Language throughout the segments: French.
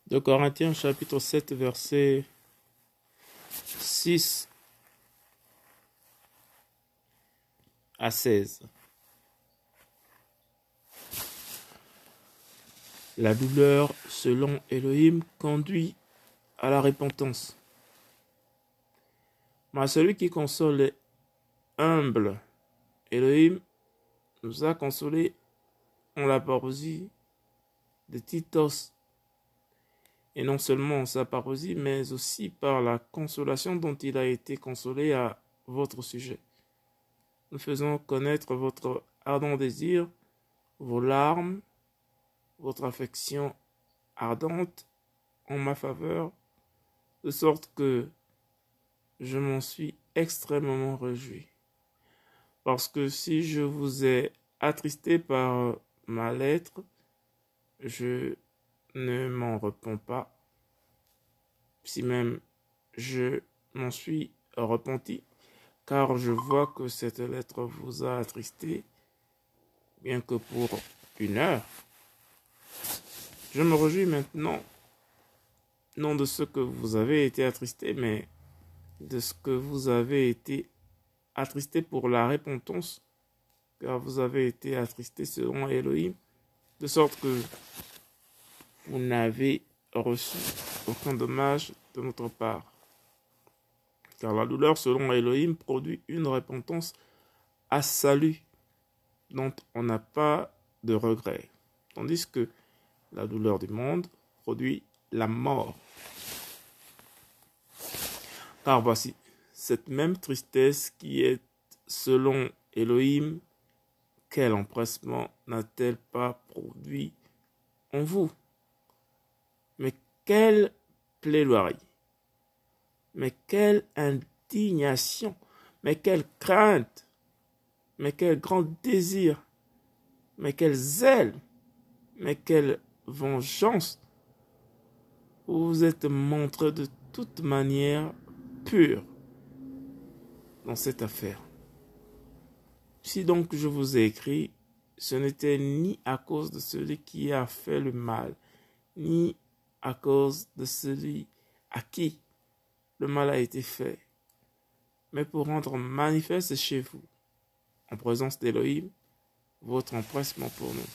De Corinthiens chapitre 7 verset 6 à 16. La douleur selon Elohim conduit à la repentance. Mais celui qui console les humbles, Elohim nous a consolés en la parousie de Titos, et non seulement en sa parousie, mais aussi par la consolation dont il a été consolé à votre sujet. Nous faisons connaître votre ardent désir, vos larmes, votre affection ardente en ma faveur, de sorte que je m'en suis extrêmement réjoui. Parce que si je vous ai attristé par ma lettre, je ne m'en repens pas. Si même je m'en suis repenti, car je vois que cette lettre vous a attristé, bien que pour une heure. Je me réjouis maintenant, non de ce que vous avez été attristé, mais de ce que vous avez été attristé pour la repentance, car vous avez été attristé selon Elohim, de sorte que vous n'avez reçu aucun dommage de notre part. Car la douleur selon Elohim produit une repentance à salut, dont on n'a pas de regret. Tandis que la douleur du monde produit la mort. Car voici, cette même tristesse qui est selon Elohim, quel empressement n'a-t-elle pas produit en vous? Mais quelle plaidoirie, mais quelle indignation, mais quelle crainte, mais quel grand désir, mais quel zèle, mais quelle vengeance. Vous vous êtes montré de toute manière pur dans cette affaire. Si donc je vous ai écrit, ce n'était ni à cause de celui qui a fait le mal, ni à cause de celui à qui le mal a été fait, mais pour rendre manifeste chez vous, en présence d'Elohim, votre empressement pour nous.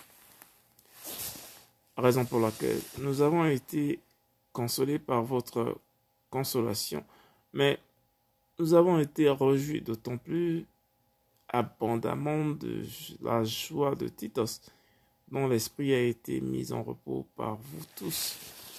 Raison pour laquelle nous avons été consolés par votre consolation, mais nous avons été réjouis d'autant plus abondamment de la joie de Titos, dont l'esprit a été mis en repos par vous tous.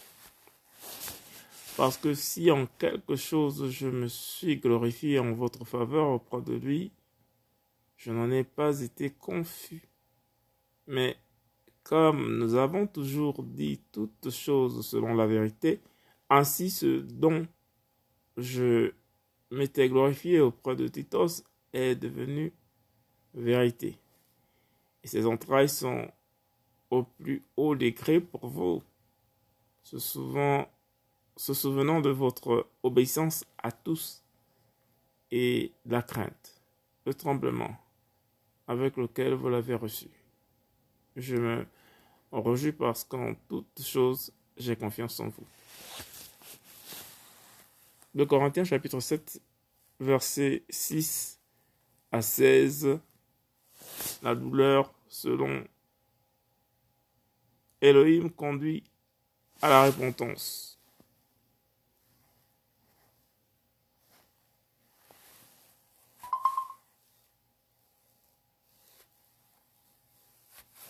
Parce que si en quelque chose je me suis glorifié en votre faveur auprès de lui, je n'en ai pas été confus. Mais comme nous avons toujours dit toutes choses selon la vérité, ainsi ce dont je m'étais glorifié auprès de Titos est devenu vérité. Et ses entrailles sont au plus haut degré pour vous, se souvenant de votre obéissance à tous et la crainte, le tremblement avec lequel vous l'avez reçu. Je me réjouis parce qu'en toutes choses, j'ai confiance en vous. De Corinthiens chapitre 7, versets 6 à 16, la douleur selon Elohim conduit à la repentance.